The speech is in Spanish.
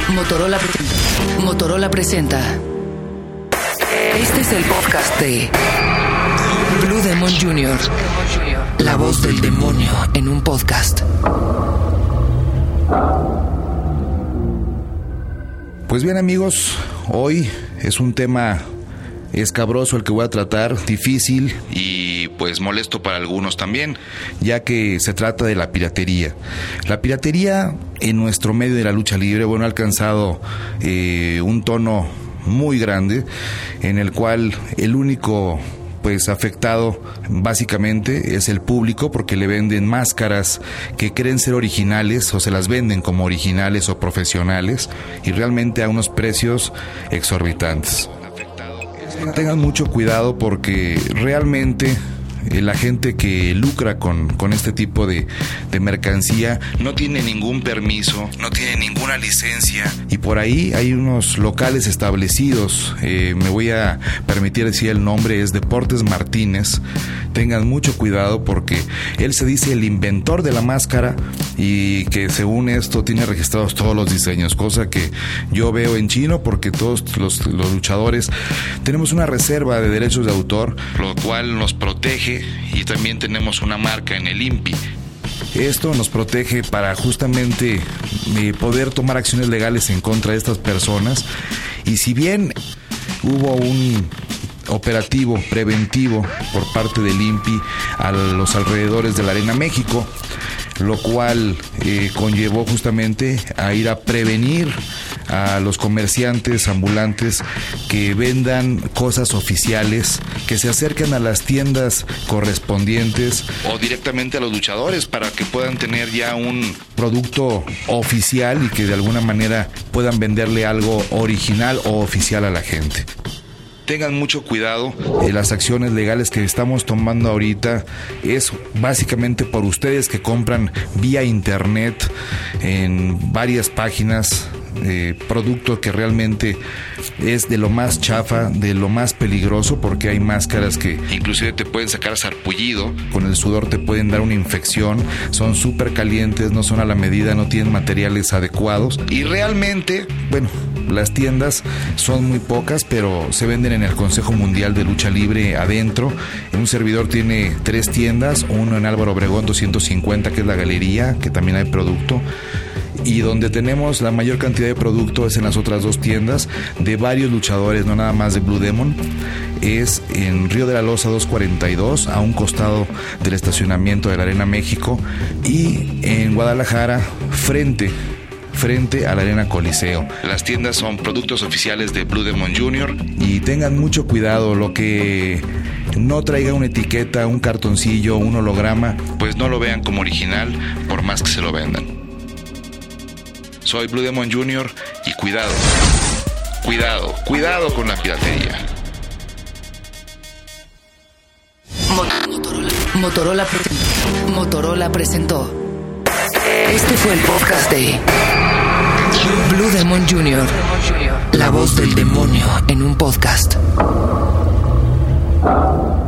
Motorola presenta. Este es el podcast de Blue Demon Jr., la voz del demonio en un podcast. Pues bien, amigos, hoy es un tema escabroso el que voy a tratar, difícil y pues molesto para algunos también, ya que se trata de la piratería. La piratería en nuestro medio de la lucha libre, ha alcanzado un tono muy grande, en el cual el único afectado básicamente es el público, porque le venden máscaras que creen ser originales o se las venden como originales o profesionales y realmente a unos precios exorbitantes. Tengan mucho cuidado porque realmente la gente que lucra con este tipo de mercancía no tiene ningún permiso, no tiene ninguna licencia, y por ahí hay unos locales establecidos. Me voy a permitir decir el nombre, es Deportes Martínez. Tengan mucho cuidado porque él se dice el inventor de la máscara y que según esto tiene registrados todos los diseños, cosa que yo veo en chino, porque todos los luchadores tenemos una reserva de derechos de autor, lo cual nos protege, y también tenemos una marca en el INPI. Esto nos protege para justamente poder tomar acciones legales en contra de estas personas. Y si bien hubo un operativo preventivo por parte del INPI a los alrededores de la Arena México, lo cual conllevó justamente a ir a prevenir a los comerciantes ambulantes que vendan cosas oficiales, que se acerquen a las tiendas correspondientes o directamente a los luchadores para que puedan tener ya un producto oficial y que de alguna manera puedan venderle algo original o oficial a la gente. Tengan mucho cuidado. Las acciones legales que estamos tomando ahorita es básicamente por ustedes que compran vía internet en varias páginas producto que realmente es de lo más chafa, de lo más peligroso, porque hay máscaras que inclusive te pueden sacar sarpullido, con el sudor te pueden dar una infección, son súper calientes, no son a la medida, no tienen materiales adecuados y realmente, las tiendas son muy pocas, pero se venden en el Consejo Mundial de Lucha Libre adentro. Un servidor tiene 3 tiendas, uno en Álvaro Obregón 250, que es la galería, que también hay producto, y donde tenemos la mayor cantidad de producto es en las otras 2 tiendas de varios luchadores, no nada más de Blue Demon. Es en Río de la Loza 242, a un costado del estacionamiento de la Arena México, y en Guadalajara frente a la Arena Coliseo. Las tiendas son productos oficiales de Blue Demon Jr. y tengan mucho cuidado, lo que no traiga una etiqueta, un cartoncillo, un holograma, pues no lo vean como original por más que se lo vendan. Soy Blue Demon Jr. y cuidado con la piratería. Motorola presentó. Este fue el podcast de Blue Demon Jr., la voz del demonio en un podcast.